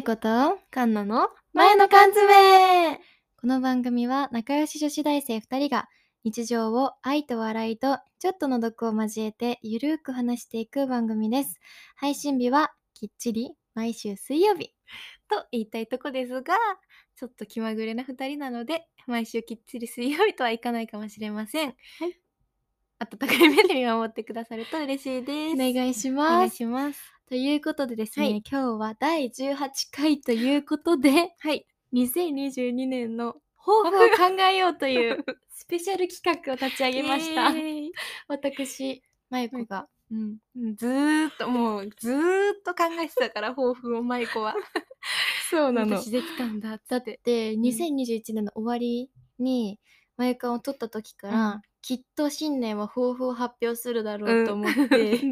えことカンナの前の缶詰。この番組は仲良し女子大生2人が日常を愛と笑いとちょっとの毒を交えてゆるーく話していく番組です。配信日はきっちり毎週水曜日と言いたいとこですが、ちょっと気まぐれな2人なので毎週きっちり水曜日とはいかないかもしれません。 はい、 温かい目で見守ってくださると嬉しいです。 お願いしおます。 願いします。 ということでですね、 はい今日は第18回ということで、 はい。 2022年の抱負を考えようというスペシャル企画を立ち上げました。 イエーイ私、まゆこが、 ずーっと考えてたから抱負を舞子は。 そうなの。 私できたんだっつだっ。 ってて、2021年の終わりにまゆかんを撮った時から、きっと新年は抱負を発表するだろうと思って、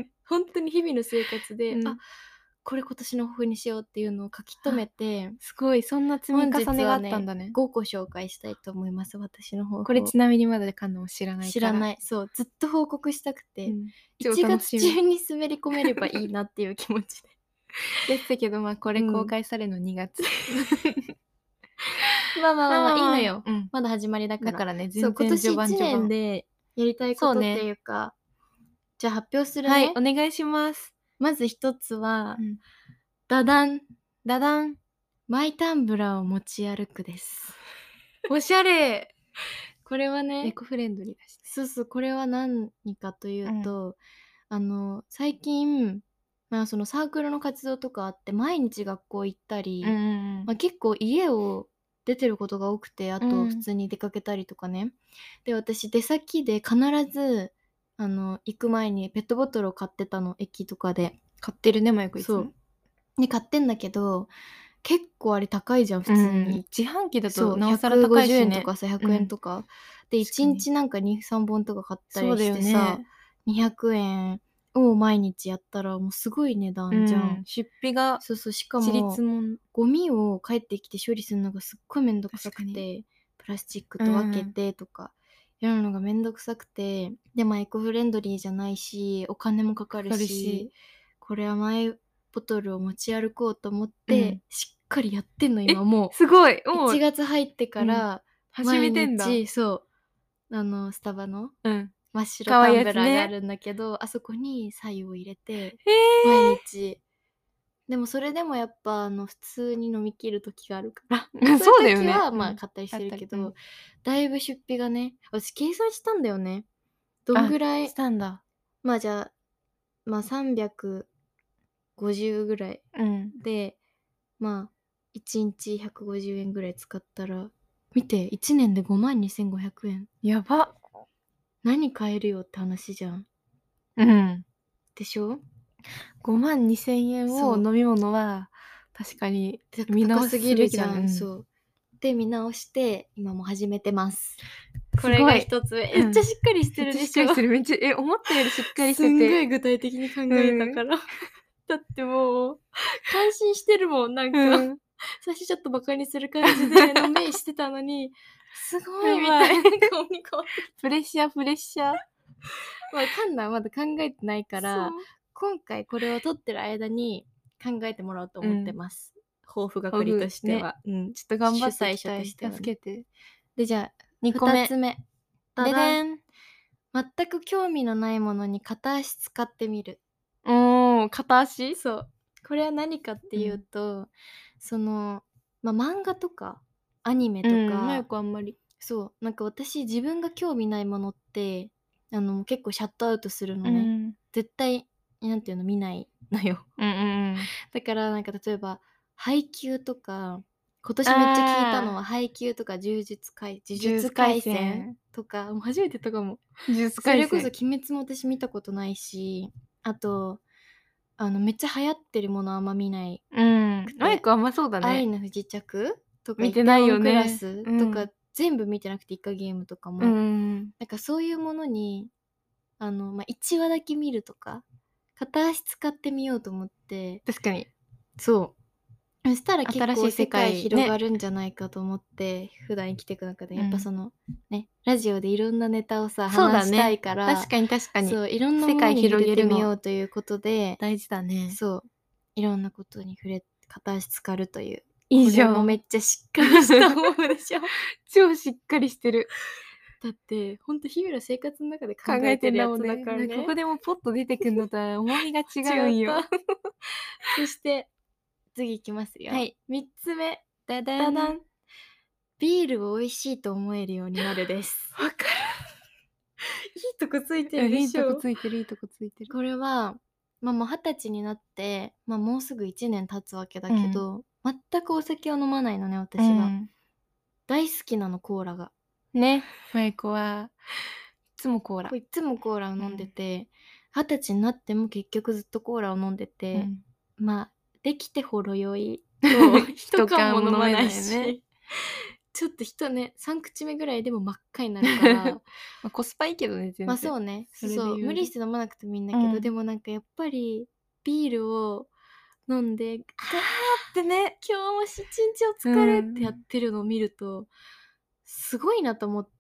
本当に日々の生活で、これ今年の抱負にしようっていうのを書き留めて、 すごい、そんな積み重ねがあったんだね。 5個紹介したいと思います。私の抱負を。 これちなみにまだカンナも知らないから。 知らない。そう、ずっと報告したくて、 超 1 楽しみ月中に滑り込めればいいなっていう気持ちで。 ですけど、まあこれ公開されるの2月。 まあいいのよ。 うんまだ始まりだから。 だからね、 そう、 全然今年1 序盤序盤。 年でやりたいことっていうか、じゃあ発表するね。 はい、お願いします。 まず一つは、ダダン、 ダダン。 マイタンブラーを持ち歩くです。 おしゃれ。 これはエね、 コフレンドリーだしね。 そうそう、これは何かというと、最近、そのサークルの活動とかあって毎日学校行ったり、結構家を出てることが多くて、あと普通に出かけたりとかね。で、私出先で必ず行く前にペットボトルを買ってたの、駅とかで。 買ってるね、マイコいつも。 そう。で、買ってんだけど、結構あれ高いじゃん、普通に。 自販機だそう、 となおさら高いしね。 150円とかさ、100円とか。で、1日なんか2、3本とか買ったりしてさ、200円を毎日やったらもうすごい値段じゃん。 出費が、 そうそう、しかもゴミを帰ってきて処理するのがすっごいめんどくさくて、プラスチックと分けてとかやるのがめんどくさくて、でエコフレンドリーじゃないし、お金もかかるし、これはマイボトルを持ち歩こうと思って、しっかりやってんの今もう。 すごい。 1月入ってから始めてんだ。 そうスタバの真っ白タンブラーがあるんだけど、あそこに白湯を入れて毎日。でもそれでもやっぱ普通に飲み切る時があるからそういう時はまあ買ったりしてるけど、だいぶ出費がね、私計算したんだよね。どんぐらいしたんだ。 まあじゃあ350ぐらい、でまあ1日150円ぐらい使ったら、見て1年で52,500円。 やば。 何買えるよって話じゃん。でしょ。 52,000円を飲み物は確かに見直すべきだね。 そうで見直して今も始めてます。これが一つ目。めっちゃしっかりしてるでしょ。 めっちゃ思ったよりしっかりしてて。 すんごい具体的に考えたから。だってもう感心してるもん、なんか。最初ちょっとバカにする感じでのめいしてたのに、すごいみたいな顔に変わって。 プレッシャー。 カンナはまだ考えてないから、今回これを撮ってる間に考えてもらおうと思ってます。抱負係としては。 ちょっと頑張っていきたい。 助けて。 で、じゃあ、 2個目。 2つ目。 ででん。 全く興味のないものに片足使ってみる。 片足？ そう。これは何かっていうと、漫画とかアニメとか、 よくあんまり。 そう、なんか私自分が興味ないものって結構シャットアウトするのね。絶対なんていうの見ないのよ。だからなんか例えば配給とか、今年めっちゃ聞いたのは配給とか呪術廻戦とか、もう初めてとかも。それこそ鬼滅も私見たことないし、あとめっちゃ流行ってるものあんま見ない。 マイクあんまそうだね。 愛の不時着とか見てないよね。 クラスとか、全部見てなくてイカゲームとかも、なんかそういうものに1話だけ見るとか、片足使ってみようと思って。 確かに。 そしたら結構世界広がるんじゃないかと思って、普段生きていく中でやっぱラジオでいろんなネタをさ話したいから、 確かにそういろんなものに触れてみようということで、 大事だね。 そういろんなことに触れ片足浸かるという。 いいじゃん。 これもめっちゃしっかりした方法でしょ。 超しっかりしてる。 だってほんと日々の生活の中で考えてるやつだからね。 ここでもポッと出てくんのとは重みが違うんよ。 違ったそして次いきますよ。 はい。 3つ目。 ダダン。 ダダン。ビールを美味しいと思えるようになるです。 わかる。 いいとこついてるでいいしょ。 とこついてる、いいとこついてる。 これは、もう20歳になって、もうすぐ1年経つわけだけど、全くお酒を飲まないのね、私は。大好きなの、コーラが。 ね、マイコはいつもコーラ。 いつもコーラを飲んでて、20歳になっても結局ずっとコーラを飲んでて、できてほろ酔いと一缶も飲まないし、ちょっと3口目ぐらいでも真っ赤になるからコスパいいけどね、全然。 そうね、そう無理して飲まなくてもいいんだけど、でもなんかやっぱりビールを飲んでガーってね、今日も一日お疲れってやってるのを見るとすごいなと思って、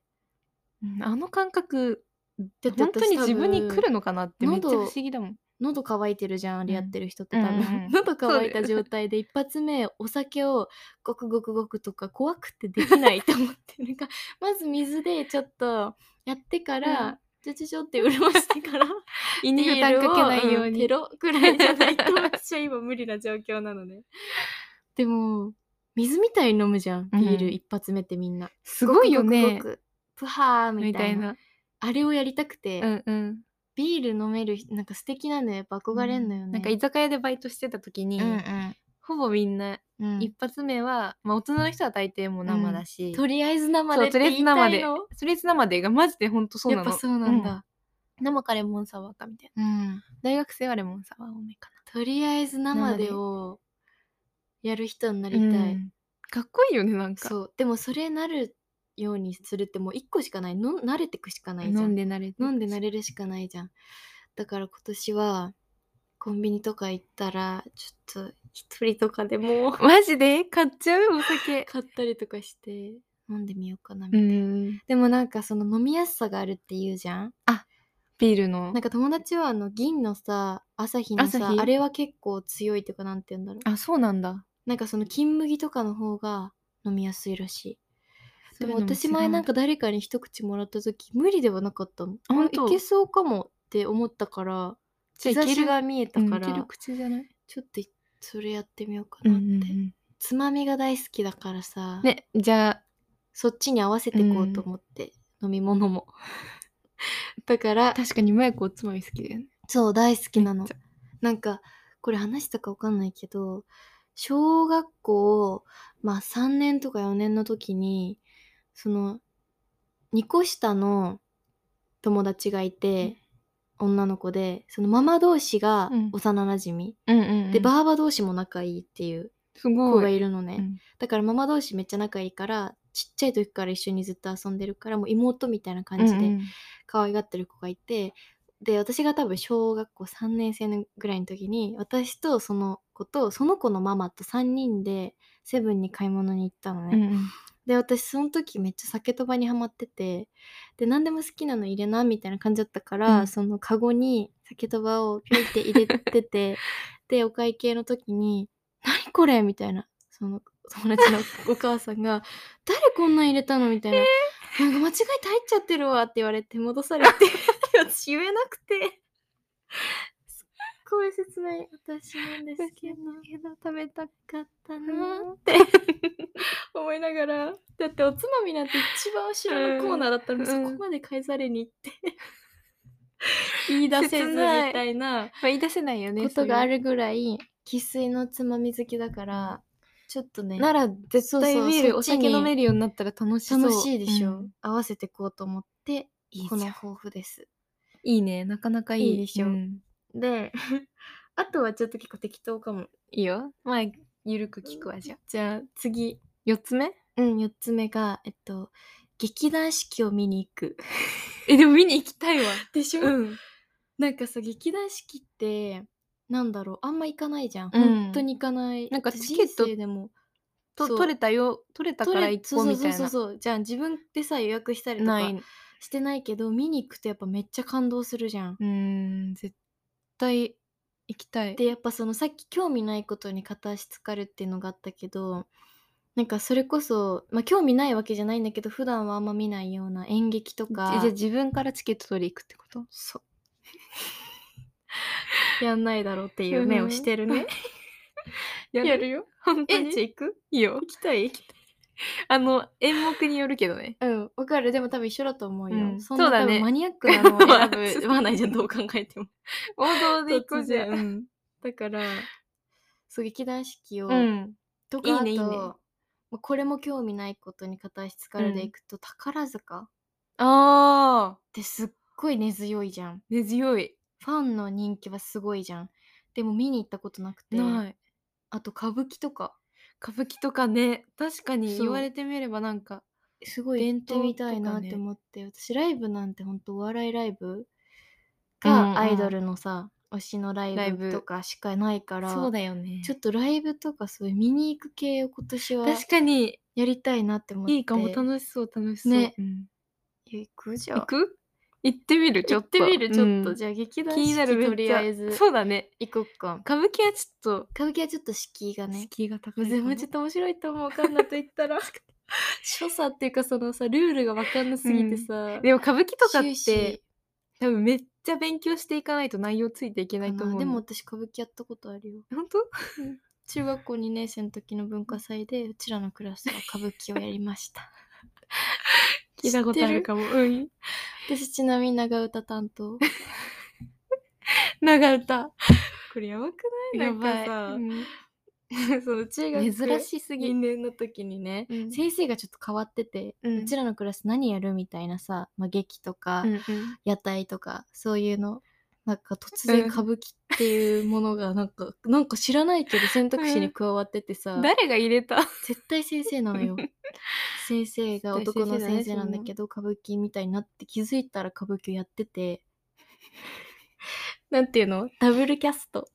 あの感覚本当に自分に来るのかなってめっちゃ不思議だもん。 喉乾いてるじゃん、あれやってる人って多分、喉乾いた状態で一発目お酒をゴクゴクゴクとか怖くてできないと思ってなんかまず水でちょっとやってから、ちょって潤してから胃に負担かけないように、 テロくらいじゃないと私は今無理な状況なのね。でも水みたいに飲むじゃん、ビール一発目ってみんな。 すごいよね。 ゴクゴクゴクプハーみたいな。あれをやりたくて、ビール飲めるなんか素敵なのよ、やっぱ憧れんのよね。 なんか居酒屋でバイトしてた時に、ほぼみんな一発目は、大人の人は大抵もう生だし、 とりあえず生でって言いたいの。 とりあえず生でがマジでほんとそうなの。 やっぱそうなんだ。 生かレモンサワーかみたいな。大学生はレモンサワー多めかな。 とりあえず生でをやる人になりたい。 かっこいいよね、なんか。 そう。でもそれなるようにするってもう1個しかない。慣れてくしかないじゃん。 飲んで慣れるしかないじゃん。だから今年はコンビニとか行ったらちょっと一人とかでもマジで買っちゃうお酒買ったりとかして飲んでみようかなみたいな。でもなんかその飲みやすさがあるって言うじゃん。 ビールのなんか友達は銀のさ、朝日のさ、あれは結構強いっていうか、なんて言うんだろう。 そうなんだ。 なんかその金麦とかの方が飲みやすいらしい。でも私前なんか誰かに一口もらった時無理ではなかったの。いけそうかもって思ったから、兆しが見えたから、 いける口じゃない？ ちょっとそれやってみようかなって。つまみが大好きだからさ、 ね、じゃあそっちに合わせていこうと思って、飲み物も。だから確かにマヤ子おつまみ好きだよね。 そう大好きなの。なんかこれ話したかわかんないけど、小学校3年とか4年の時にその2個下の友達がいて、女の子でそのママ同士が幼なじみ、でバーバ同士も仲いいっていう子がいるのね。だからママ同士めっちゃ仲いいから、ちっちゃい時から一緒にずっと遊んでるから、もう妹みたいな感じで可愛がってる子がいて、で私が多分小学校3年生ぐらいの時に、私とその子とその子のママと3人でセブンに買い物に行ったのね。で私その時めっちゃ酒とばにハマってて、で何でも好きなの入れなみたいな感じだったから、そのカゴに酒とばをピョイって入れててでお会計の時に何これみたいな、その友達のお母さんが誰こんなん入れたのみたいな、なんか間違えて入っちゃってるわって言われて戻されて私言えなくてすっごい切ない私なんですけど食べたかったなって思いながら、だっておつまみなんて一番後ろのコーナーだったのに、そこまで買いざれに行って言い出せずみたいな言い出せないよねことがあるぐらい生粋のつまみ好きだから、ちょっとね、 なら絶対ビールお酒飲めるようになったら楽しそう。 楽しいでしょ、合わせてこうと思ってこの抱負です。 いいね、なかなかいいでしょ、であとはちょっと結構適当かも。 いいよ、ゆるく聞くわ。じゃあ次 4つ目 4つ目が劇団四季を見に行くでも見に行きたいわ。 でしょ、なんかさ劇団四季ってなんだろう、あんま行かないじゃん、本当に行かない。 なんかチケットでも取れたから行こうみたいな。 そうじゃあ自分でさ予約したりとかしてないけど、見に行くとやっぱめっちゃ感動するじゃん。 絶対行きたい。 でやっぱそのさっき興味ないことに片足つかるっていうのがあったけど、なんかそれこそ、興味ないわけじゃないんだけど普段はあんま見ないような演劇とじゃあか。 自分からチケット取り行くってこと？ そうやんないだろうっていう目をしてるね。 やるよ。 本当に？ じゃあ行く？ いいよ。 行きたい？ 演目によるけどね。 うん、わかる。でも多分一緒だと思うよ。そんなそうだね。 多分マニアックなのを選ばないじゃん、どう考えても。 王道で行こうじゃん。 突然。だから、そう、劇団四季を、といか、 いねいいね。 あと、これも興味ないことに片足つかるでいくと、宝塚ああ、 ってすっごい根強いじゃん。 根強い。 ファンの人気はすごいじゃん。でも見に行ったことなくて。 ない。 あと歌舞伎とか。 歌舞伎とかね、確かにそう言われてみればなんか、 すごい行ってみたいなって思って、私ライブなんてほんとお笑いライブがアイドルのさ、推しのライブとかしかないから、 そうだよね。 ちょっとライブとかそういう見に行く系を今年は確かにやりたいなって思って。 いいかも。楽しそう楽しそう。 ね。行くじゃん。 行く？行ってみるちょっと。 行ってみるちょっと。じゃあ劇団四季とりあえずそうだね。 行こっか。 歌舞伎はちょっと敷居がね。 敷居が高いかも。 でもちょっと面白いと思う。カンナと言ったら所作っていうかそのさルールが分かんなすぎてさ、 でも歌舞伎とかっ終始て多分めっちゃ勉強していかないと内容ついていけないと思うの。 でも私歌舞伎やったことあるよ。 本当？ 中学校2年生の時の文化祭でうちらのクラスは歌舞伎をやりました。 聞いたことあるかも。 私ちなみに長唄担当。 長唄。これやばくない？ やばい。 なんかさ、 その中学珍しすぎ 2年の時にね、先生がちょっと変わってて、うちらのクラス何やるみたいなさ、劇とか、屋台とかそういうのなんか突然歌舞伎っていうものがなんか知らないけど選択肢に加わっててさ、 誰が入れた？ 絶対先生なのよ。先生が男の先生なんだけど、歌舞伎みたいになって気づいたら歌舞伎をやっててなんていうの？ダブルキャスト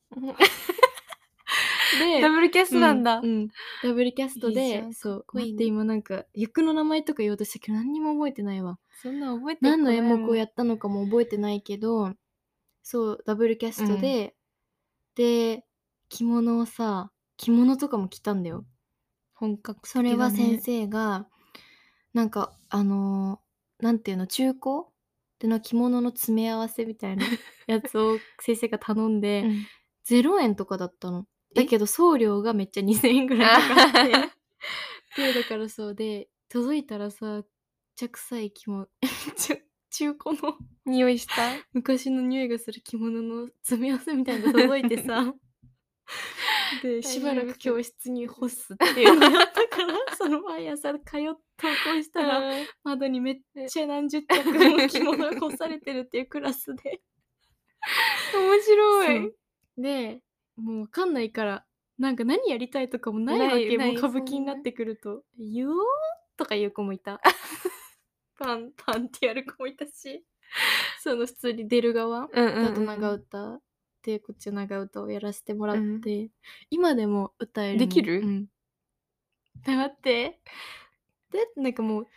でダブルキャストなんだ。 ダブルキャストで、 そう。 待って今なんか役の名前とか言おうとしたけど何にも覚えてないわ。 そんな覚えて何の演目をやったのかも覚えてないけど、そうダブルキャストで、で着物とかも着たんだよ。 本格的だそね。 れは先生がなんかなんていうの、中古での着物の詰め合わせみたいなやつを先生が頼んで、0円とかだったの。だけど送料がめっちゃ2000円ぐらいかかってでだからそうで届いたらさ、めっちゃ臭い着物中古の匂いした？ 昔の匂いがする着物の詰め合わせみたいなのが届いてさでしばらく教室に干すっていうのやったからその毎朝投稿したら窓にめっちゃ何十着も着物が干されてるっていうクラスで面白い。 でもう分かんないからなんか何やりたいとかもないわけ。もう歌舞伎になってくると「言おう」とか言う子もいた。パンパンってやる子もいたし、その普通に出る側、あと長唄でこっち長唄をやらせてもらって、今でも歌えるできる？ 待ってでなんかもう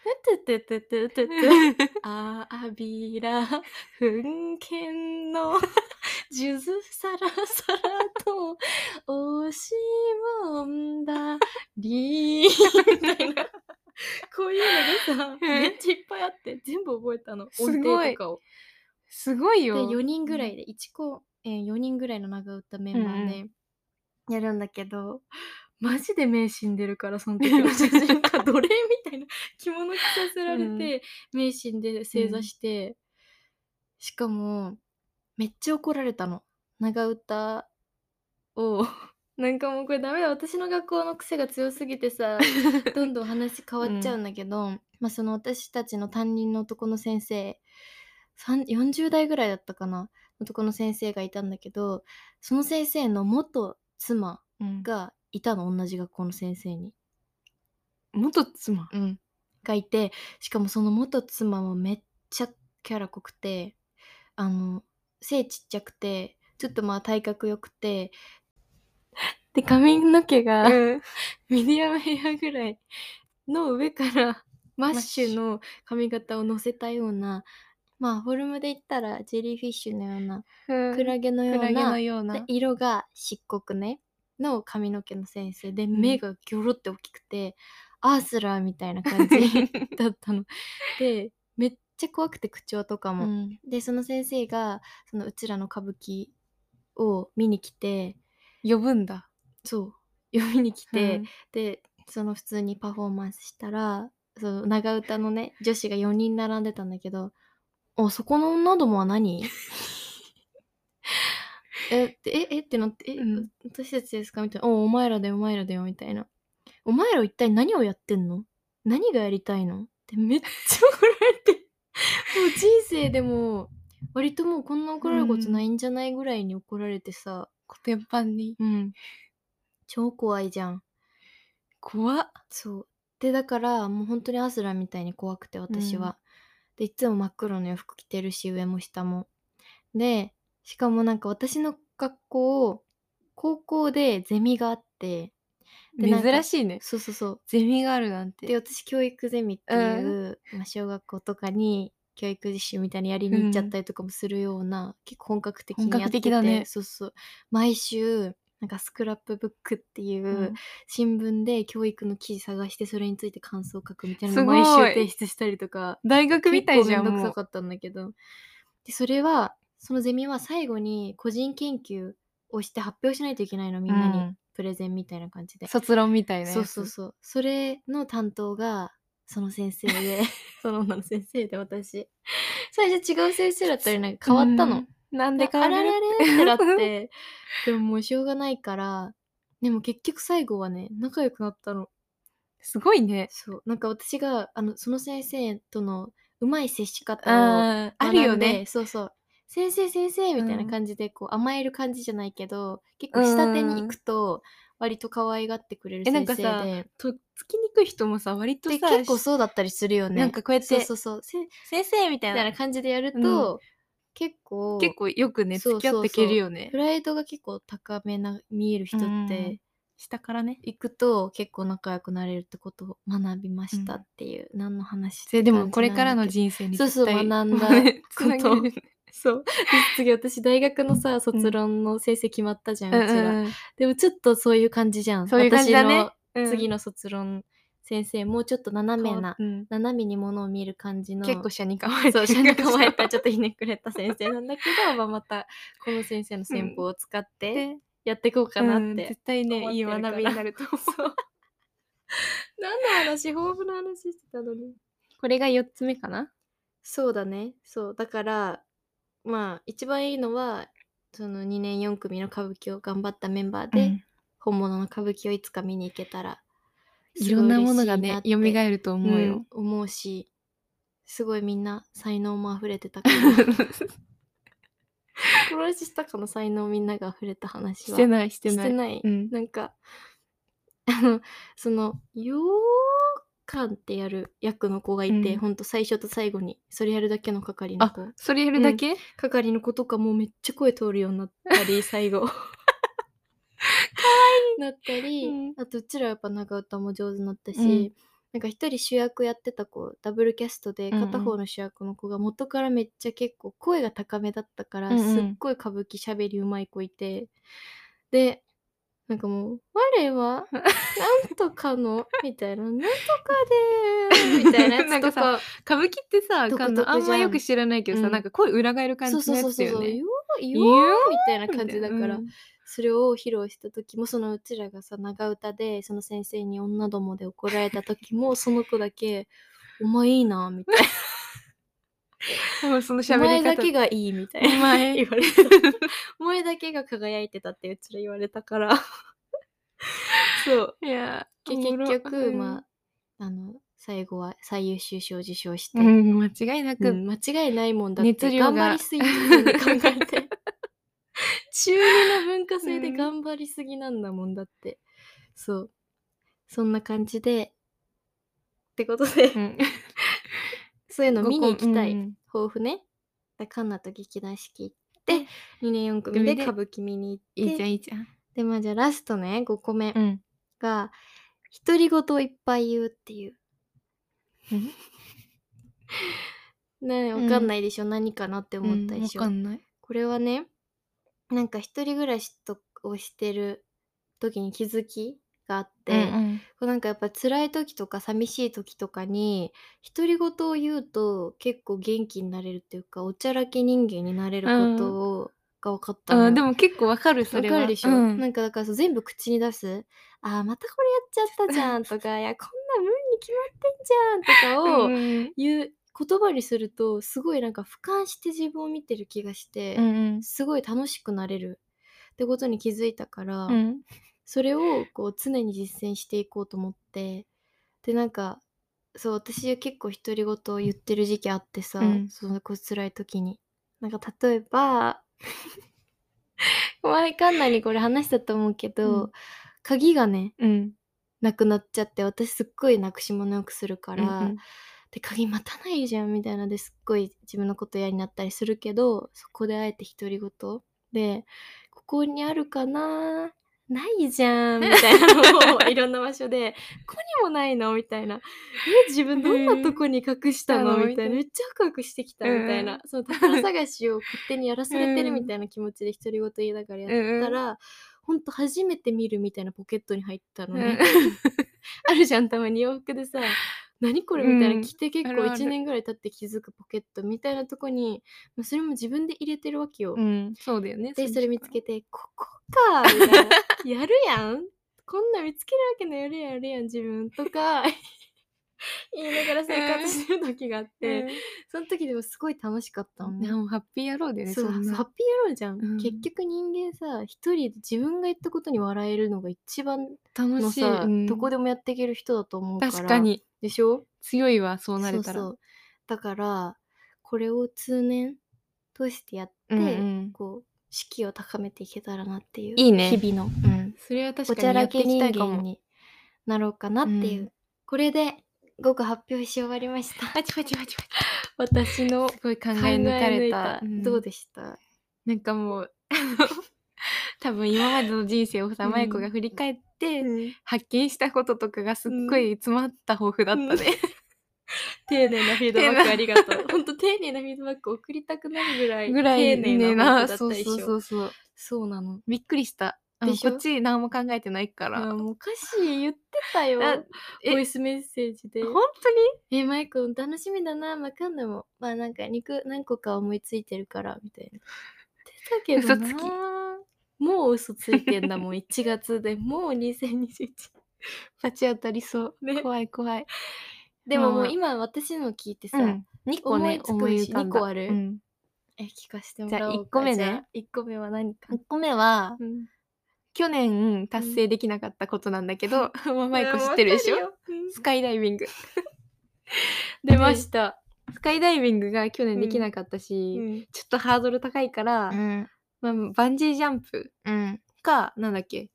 あびら噴剣の数珠さらさらと押しもんだりみたいなこういうのがさめっちゃいっぱいあって全部覚えたの。音程とかをすごいよ。 で4人ぐらいで4人ぐらいの長唄メンバーでやるんだけど、マジで目死んでるからその時の写真が奴隷みたいな着物着させられて、目死んで正座して、しかもめっちゃ怒られたの。長唄をなんかもうこれダメだ、私の学校の癖が強すぎてさどんどん話変わっちゃうんだけど、その私たちの担任の男の先生40代ぐらいだったかな男の先生がいたんだけど、その先生の元妻がいたの、同じ学校の先生に元妻、 がいて、しかもその元妻もめっちゃキャラ濃くて背ちっちゃくてちょっと体格良くてで髪の毛が、ミディアムヘアぐらいの上からマッシュの髪型を乗せたようなまあフォルムで言ったらジェリーフィッシュのような、 ククラゲのようラゲな、 のようなで色が漆黒ねの髪の毛の先生で、 ん目がギョロって大きくて、アースラーみたいな感じだったの。で、めっちゃ怖くて口調とかも。 うんで、その先生がそのうちらの歌舞伎を見に来て、 呼ぶんだ。 そう呼びに来て、 うんでその普通にパフォーマンスしたら、その長唄のね女子が4人並んでたんだけど、あそこの女どもは何ってなって、 うん、 私たちですかみたいな。お前らだよ、お前らだよ、みたいな。お前ら一体何をやってんの、何がやりたいのってめっちゃ怒られて。もう人生でも、割ともうこんな怒られることないんじゃないぐらいに怒られてさ。 コテンパンに。 うん。超怖いじゃん。 怖っ。 そう。で、だから、もう本当にアスラみたいに怖くて、私は。で、いつも真っ黒の洋服着てるし、上も下も。で、しかもなんか私の学校、高校でゼミがあって、でなんか珍しいね。 そうそうそう。 ゼミがあるなんて。 で、私教育ゼミっていう、小学校とかに教育実習みたいにやりに行っちゃったりとかもするような、結構本格的にやってて、 本格的だね。 そうそう。毎週、なんかスクラップブックっていう新聞で教育の記事探して、それについて感想を書くみたいなのを毎週提出したりとか、 大学みたいじゃん。 結構めんどくさかったんだけど。で、そのゼミは最後に個人研究をして発表しないといけないの、みんなに。プレゼンみたいな感じで。 卒論みたいなやつ。 そうそうそう。それの担当がその先生で、その女の先生で、私。最初違う先生だったりなんか変わったの。 なんで変わる？ あらられってなって、でももうしょうがないから、でも結局最後はね、仲良くなったの。 すごいね。 そう。なんか私が、その先生とのうまい接し方をあるよね。 そうそう。先生先生みたいな感じでこう甘える感じじゃないけど、結構下手に行くと割と可愛がってくれる先生で。 なんかさ、とっつきにくい人もさ、割とさ、 結構そうだったりするよね。 なんかこうやって、 そうそう。 先生みたいな感じでやると、結構よくね、付き合っていけるよね。 プライドが結構高めな見える人って、 下からね行くと結構仲良くなれるってことを学びましたっていう、何の話って感じでもこれからの人生に絶対学んだことそう。次私大学のさ卒論の先生決まったじゃん、うちら。でもちょっとそういう感じじゃん。 そういう感じだね。 私の次の卒論先生もうちょっと斜めにものを見る感じの、 結構斜に構えたちょっとひねくれた先生なんだけど、またこの先生の戦法を使ってやっていこうかなって、 絶対ね、いい学びになると思う。 何の話、豊富な話してたのに。 これが4つ目かな？ そうだね。そう。だから、まあ、一番いいのは、その2年4組の歌舞伎を頑張ったメンバーで、本物の歌舞伎をいつか見に行けたら、 いろんなものがね、蘇ると思うよ。 思うし、すごいみんな才能も溢れてたから。プロレスしたかの才能みんなが溢れた話は。してない。なんか、その、羊羹ってやる役の子がいて、ほんと最初と最後にそれやるだけの係の子。 それやるだけ？ 係の子とかもうめっちゃ声通るようになったり、最後。かわいいなったり、あとうちらやっぱ長唄も上手になったし、なんか一人主役やってた子、ダブルキャストで片方の主役の子が元からめっちゃ結構声が高めだったから、すっごい歌舞伎しゃべりうまい子いて、で、なんかもう、我は、なんとかの、みたいな、なんとかでみたいなやつとか。 歌舞伎ってさ、あんまよく知らないけどさ、なんか声裏返る感じのやつだよね。 よみたいな感じだから、それを披露した時も、そのうちらがさ、長唄で、その先生に女どもで怒られた時も、その子だけ、お前いいな、みたいな。 そのお前だけがいいみたいな言われた。お前だけが輝いてたってうちら言われたから。そう。結局、まあ、最後は最優秀賞を受賞して。 間違いなく。 間違いないもんだって。頑張りすぎって考えて。中2の文化祭で頑張りすぎなんだもんだって。そう。そんな感じで。ってことで。そういうの見に行きたい。抱負ね。カンナと劇団四季行って、2年4組で歌舞伎見に行って。 いいじゃん。 で、まあじゃあラストね、5個目が、独り言をいっぱい言うっていう。 ね、わかんないでしょ、何かなって思ったでわしょ。 かんない。 これはね、なんか一人暮らしをしてる時に気づきがあっうんうて、 ん。 なんかやっぱ辛い時とか寂しい時とかに、独り言を言うと結構元気になれるっていうか、おちゃらけ人間になれることが分かったのでよ。 も結構わかる、そわれは。 かるでしょ？なんかだから全部口に出す。ああ、またこれやっちゃったじゃんとか、いや、こんなん無理に決まってんじゃんとかをうん言葉にすると、すごいなんか俯瞰して自分を見てる気がしうて、 んすごい楽しくなれるってことに気づいたから、 うん。 それをこう常に実践していこうと思って、で、なんか、そう、私結構独り言を言ってる時期あってさ、 うん。 その辛い時に。なんか例えば前カンナにこれ話したと思うけど、 うん。 鍵がね、 うん。 なくなっちゃって、私すっごいなくし物よくするから、 うんうん。 で、鍵待たないじゃんみたいなですっごい自分のこと嫌になったりするけど、そこであえて独り言で、ここにあるかな？ないじゃんみたいなのをいろんな場所で、ここにもないのみたいな。自分どんなとこに隠したのみたいな。めっちゃワクワクしてきたみたいな。その宝探しを勝手にやらされてるみたいな気持ちで独り言言いながらやったら、ほんと初めて見るみたいなポケットに入ったのね。あるじゃん、たまに洋服でさ、何これみたいな、着て結構1年ぐらい経って気づくポケットみたいなとこに、それも自分で入れてるわけよ。 そうだよね。 で、それ見つけて、ここかみたいな。やるやん。こんな見つけるわけないやるやん自分とか言いながら生活してる時があって、その時でもすごい楽しかったのね。 もうハッピー野郎だよね、 そう、 そんな。 ハッピー野郎じゃん。結局人間さ、一人で自分が言ったことに笑えるのが一番楽しい。 のさ、どこでもやっていける人だと思うから。 確かに。 でしょ？ 強いわ、そうなれたら。 そうそう。だから、これを通年通してやっうんうて、 ん。 こう、士気を高めていけたらなっていう、 いいね。 日々の、 それは確おちゃかにやっていきたらけ人いかも。 間になろうかなっていう。これで5個発表し終わりました。 パチパチパチパチ。 私のすごい考え抜かれた。 どうでした？ なんかもう多分今までの人生をさ、まゆこが振り返って発見したこととかがすっごい詰まった抱負だったね。 丁寧なフィードバックありがとう。ほんと丁寧なフィードバック送りたくなるぐらい丁寧な抱負だったでしょ。そうなの。 びっくりした。 でしょ？ こっち何も考えてないかいや、 ら。 もう歌詞言ってたよ。ボイスメッセージで。 ほんとに？ マイク楽しみだな、わかんないもん。なんか肉何個か思いついてるからみたいな。言ってたけどな。 嘘つき。 もう嘘ついてんだもん、1月で。もう2021。 罰当たりそう。 ね。 怖い怖い。 でももう今私の聞いてさ、 2個ね、 思いつくし、2個ある？聞かしてもじゃあ1 らおうか。 個目ね。 じゃあ1個目は何か？ 1個目は、去年達成できなかったことなんだけど、マイコ知ってるでしょ？スカイダイビング。 出ました。 スカイダイビングが去年できなかったし、ちょっとハードル高いから、バンジージャンプか、なんだっけ、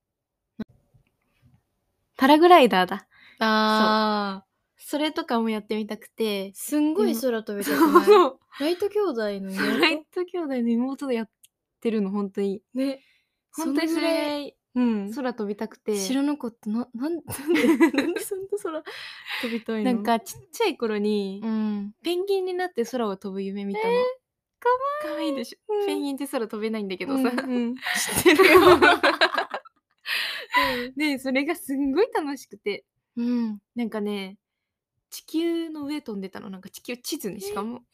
パラグライダーだ。それとかもやってみたくて。 すんごい空飛びたくない？ そう。 ライト兄弟の妹？ ライト兄弟の妹でやってるの、ほんとに。 ね。 ほんとにそれぐらい空飛びたくて。 知らなかった。なんでそんな空飛びたいの？ なんかちっちゃい頃に、ペンギンになって空を飛ぶ夢見たの。かわいいでしょ。ペンギンって空飛べないんだけどさ。知ってるよ。で、それがすんごい楽しくて。なんかね、地球の上飛んでたの。なんか地球地図ね、しかも。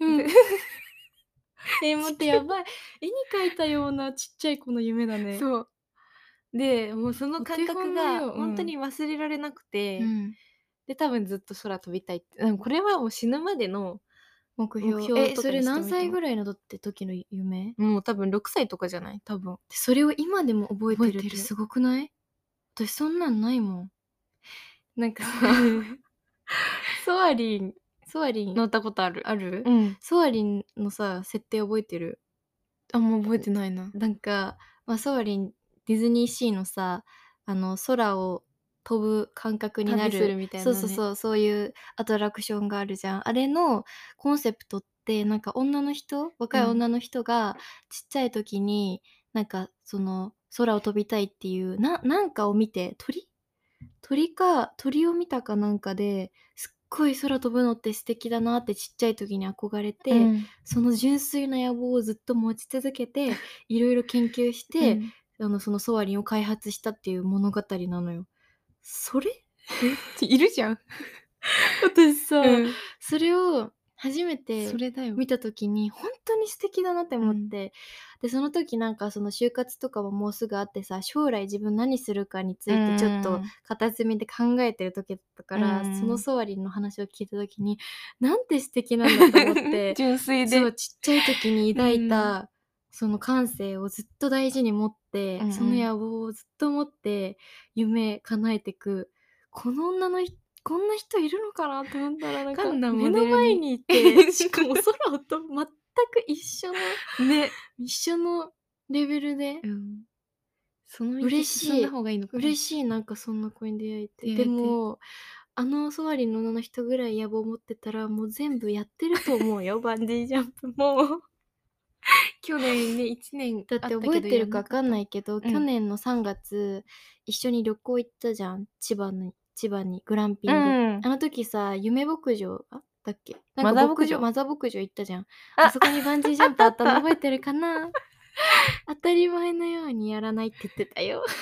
待ってやばい。絵に描いたようなちっちゃい子の夢だね。 そう。で、もうその感覚がほんとに忘れられなくて、で、多分ずっと空飛びたいって。これはもう死ぬまでの目標とかにしてもいいと思う。 それ何歳ぐらいの時の夢？ もう多分6歳とかじゃない？多分。 それを今でも覚えてるってすごくない？私そんなんないもん。なんかさ、ソアリン乗ったことある。 ソアリンのさ、設定覚えてる？ あんま覚えてないな。 なんか、ソアリン、ディズニーシーのさ、空を飛ぶ感覚になる。 旅するみたいなね。 そういうアトラクションがあるじゃん。あれのコンセプトって、なんか若い女の人がちっちゃい時に、なんかその空を飛びたいっていうなんかを見て、鳥を見たかなんかで、すっごい空飛ぶのって素敵だなってちっちゃい時に憧れて、その純粋な野望をずっと持ち続けていろいろ研究して、そのソアリンを開発したっていう物語なのよ。それいるじゃん。 私さ、それを初めて見た時に本当に素敵だなって思って、でその時なんかその就活とかももうすぐあってさ、将来自分何するかについてちょっと片隅で考えてる時だったから、そのソアリンの話を聞いた時になんて素敵なんだと思って純粋で、 そうちっちゃい時に抱いた、その感性をずっと大事に持って、その野望をずっと持って夢叶えてく、この女のこんな人いるのかなって思ったら、なんか目の前にいて、しかも空と全く一緒のね、一緒のレベルで、 その嬉しい、嬉しい、なんかそんな子に出会えて。でもソアリンの女の人ぐらい野望持ってたらもう全部やってると思うよバンジージャンプも。 去年ね、1年だって覚えてるか分かんないけど、去年の3月一緒に旅行行ったじゃん、千葉にグランピング、あの時さ、夢牧場だっけ、なんかマザー牧場行ったじゃん。あそこにバンジージャンプあったの覚えてるかな。当たり前のようにやらないって言ってたよ。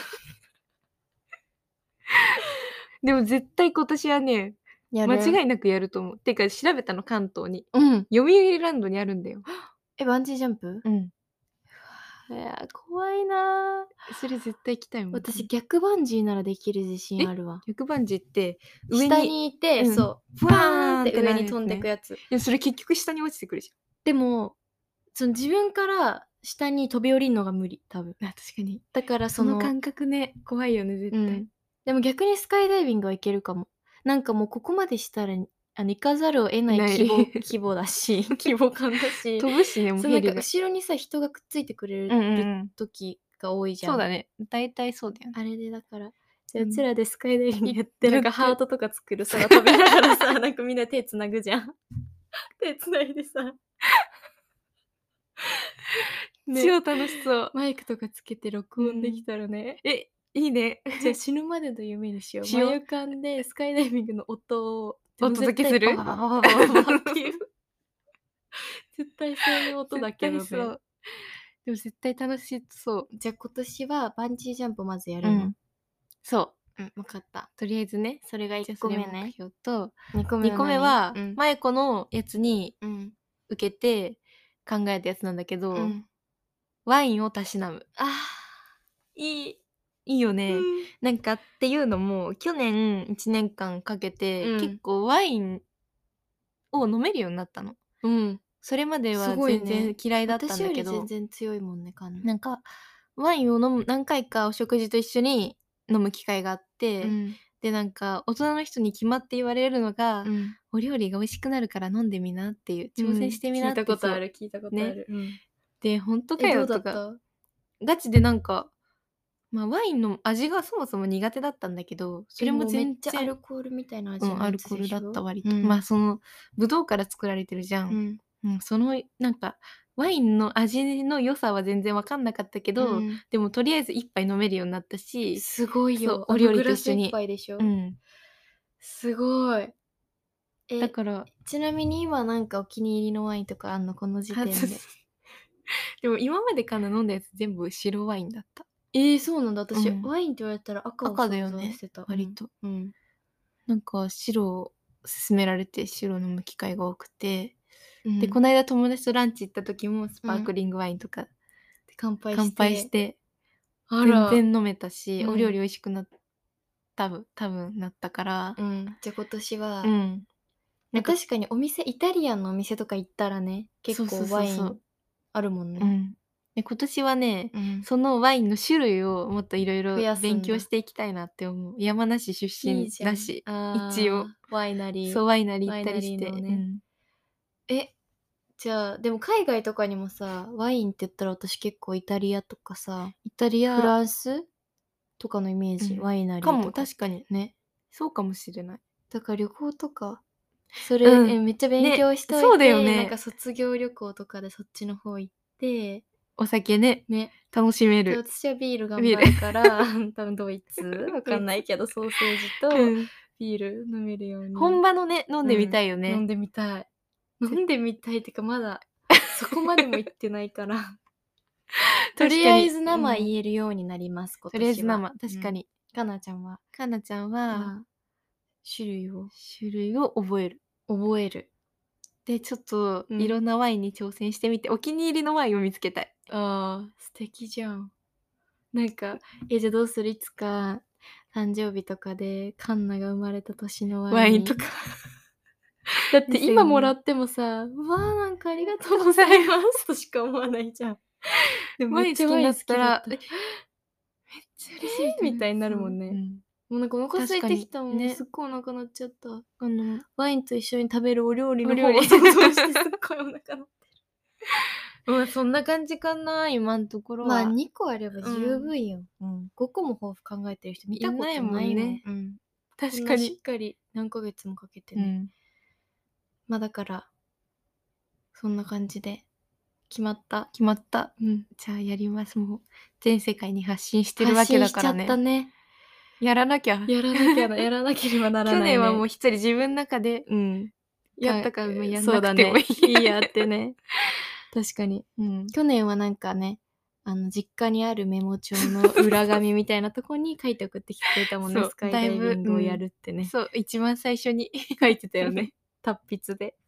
でも絶対今年はね、間違いなくやると思う。てか調べたの、関東に。読売ランドにあるんだよ。 バンジージャンプ？いや怖いな。 それ絶対行きたいもん。 私逆バンジーならできる自信あるわ。 逆バンジーって下にいて、そうバーンって上に飛んでくやつ。 いやそれ結局下に落ちてくるじゃん。 でもその自分から下に飛び降りるのが無理、多分。 確かに。 だからその感覚ね、怖いよね絶対。 でも逆にスカイダイビングはいけるかも。なんかもうここまでしたら行かざるを得ない規模だし、規模感だし。 飛ぶしね、もうヘリが。後ろにさ、人がくっついてくれる時が多いじゃん。 そうだね。大体そうだよね。 あれでだから、じゃあうちらでスカイダイビングやって、なんかハートとか作る空飛びながらさ、なんかみんな手つなぐじゃん。手つないでさ。 超楽しそう。 マイクとかつけて録音できたらね。 いいね。 じゃあ死ぬまでの夢にしよう。真由間でスカイダイビングの音をお届けする？ 絶対そういう音だけどね。 でも絶対楽しそう。 じゃあ今年はバンジージャンプまずやるの？ そう。 分かった。 とりあえずね、 それが1個目ね。 と 2 個目は、マエコのやつに受けて考えたやつなんだけど、ワインをたしなむ。いいよね。なんかっていうのも去年1年間かけて、結構ワインを飲めるようになったの。それまでは全然嫌いだったんだけど、 私より全然強いもんね、 なんかワインを何回かお食事と一緒に飲む機会があって、でなんか大人の人に決まって言われるのが、お料理が美味しくなるから飲んでみなっていう、挑戦してみなって、 聞いたことあるね。 で本当かよとか、ガチでなんか、ワインの味がそもそも苦手だったんだけど、それも全然アルコールみたいな味のやつでしょ。 アルコールだった割と。そのブドウから作られてるじゃん。そのなんかワインの味の良さは全然分かんなかったけど、でもとりあえず一杯飲めるようになったし、 すごいよ。 お料理と一緒に。 一杯でしょ。すごい。 だからちなみに今なんかお気に入りのワインとかあんの、この時点で？ でも今までかな飲んだやつ全部白ワインだった。 そうなんだ。私、ワインって言われたら赤を想像してた。 割と。なんか白を勧められて白飲む機会が多くて、でこの間友達とランチ行った時もスパークリングワインとか乾杯して全然飲めたし、お料理美味しくなった多分なったから、 じゃあ今年は、確かにイタリアンのお店とか行ったらね、結構ワインあるもんね。 で今年はね、そのワインの種類をもっといろいろ勉強していきたいなって思う。山梨出身だし、一応ワイナリー行ったりして、 じゃあでも海外とかにもさ、ワインって言ったら私結構イタリアとかさ、フランスとかのイメージ、ワイナリーとか。 かも、確かにね。そうかもしれない。 だから旅行とかそれ、めっちゃ勉強しといて、 そうだよね。 なんか卒業旅行とかでそっちの方行ってお酒ね楽しめる。 私はビール頑張るから多分ドイツわかんないけどソーセージとビール飲めるように。 本場のね、飲んでみたいよね。 飲んでみたい。飲んでみたいってかまだそこまでも行ってないから。とりあえず生言えるようになります、今年は。 とりあえず生、確かに。 かなちゃんは種類を覚える。で、ちょっといろんなワインに挑戦してみて、お気に入りのワインを見つけたい。 ああ、素敵じゃん。なんか、じゃあどうする？いつか誕生日とかでカンナが生まれた年のワインとか。 だって今もらってもさ、うわーなんかありがとうございますとしか思わないじゃん。でもめっちゃワイン好きだったら、めっちゃ嬉しいみたいになるもんね。もうなんかお腹空いてきたもんね。すっごいお腹鳴っちゃった。ワインと一緒に食べるお料理の方を想像してすっごいお腹鳴ってる。 まあそんな感じかな、今のところは。 まあ2個あれば十分よ。5個も抱負考えてる人見たことないもんね。確かに。しっかり何ヶ月もかけてね。まあだから、そんな感じで決まった。 じゃあやります。もう全世界に発信してるわけだからね。 発信しちゃったね。 やらなきゃ。 やらなければならないね。 去年はもう一人自分の中で、やったからやんなくてもいいやってね。 確かに。去年はなんかね、実家にあるメモ帳の裏紙みたいなとこに書いて送ってきてくれたもんね。スカイダイビングをやるってね。 そう、一番最初に書いてたよね。達筆で。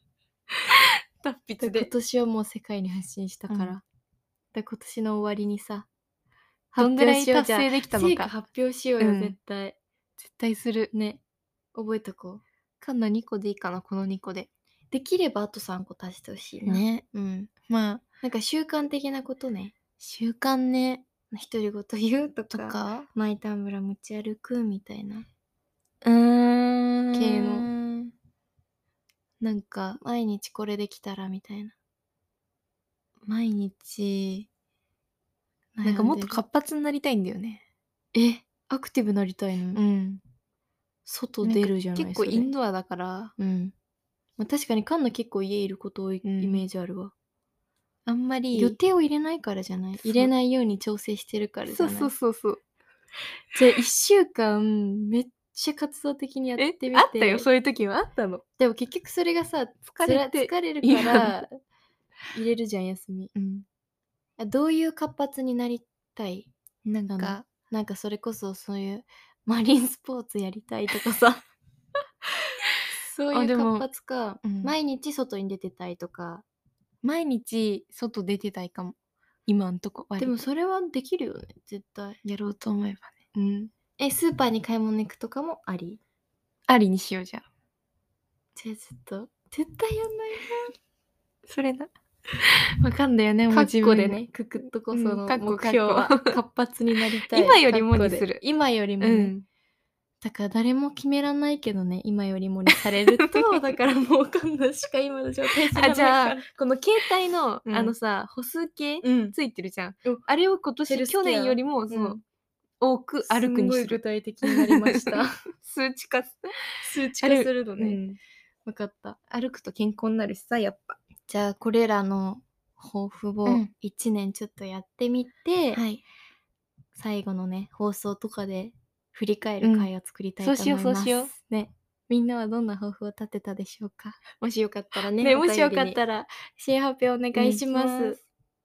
今年はもう世界に発信したから。今年の終わりにさ、 どんぐらい達成できたのか。 発表しようよ、絶対。 絶対する。 ね。覚えとこう。 カンナ2個でいいかな、この2個で。 できればあと3個足してほしいね。 まあ、なんか習慣的なことね。 習慣ね。 独り言言うとか、マイタンブラ持ち歩くみたいな。 系の。なんか、 毎日これできたらみたいな。 毎日、なんかもっと活発になりたいんだよね。 アクティブなりたいの？外出るじゃない。 結構インドアだから。 まあ、確かにカンナ結構家いること多いイメージあるわ。 あんまり予定を入れないからじゃない？入れないように調整してるからじゃない？ そう。 じゃあ1週間めっちゃ活動的にやってみて。 あったよ、そういう時はあったの。 でも結局それがさ、疲れるから入れるじゃん、休み。どういう活発になりたい？なんかそれこそそういうマリンスポーツやりたいとかさそういう活発か、毎日外に出てたいとか。 毎日外出てたいかも、今んとこ。 でもそれはできるよね、絶対。 やろうと思えばね。 スーパーに買い物行くとかもありにしよう。じゃあちょっと絶対やんないな。 それだ。わかんだよね、 もう自分でね、くくっとこその目標は活発になりたい。 今よりもにする。 今よりもね。だから誰も決めらんないけどね、今よりもにされるとだからもう今度しか今の状態じゃないから。 じゃあこの携帯の歩数計ついてるじゃん。あれを今年去年よりも多く歩くにする。 すごい具体的になりました。 数値化するのね。分かった。 歩くと健康になるしさ、やっぱ。 じゃあこれらの抱負を1年ちょっとやってみて、最後のね放送とかで振り返る回を作りたいと思います。 そうしよう。 ね。みんなはどんな抱負を立てたでしょうか？ もしよかったらね。 もしよかったらシェア発表お願いします。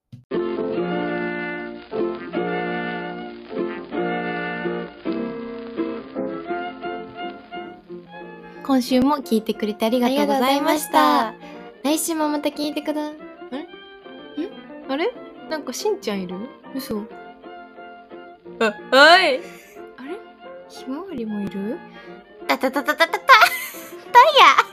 今週も聞いてくれてありがとうございました。 来週もまた聞いてください。 あれ？なんかしんちゃんいる？ 嘘。おい。 あれ？ ひまわりもいる？ タイヤ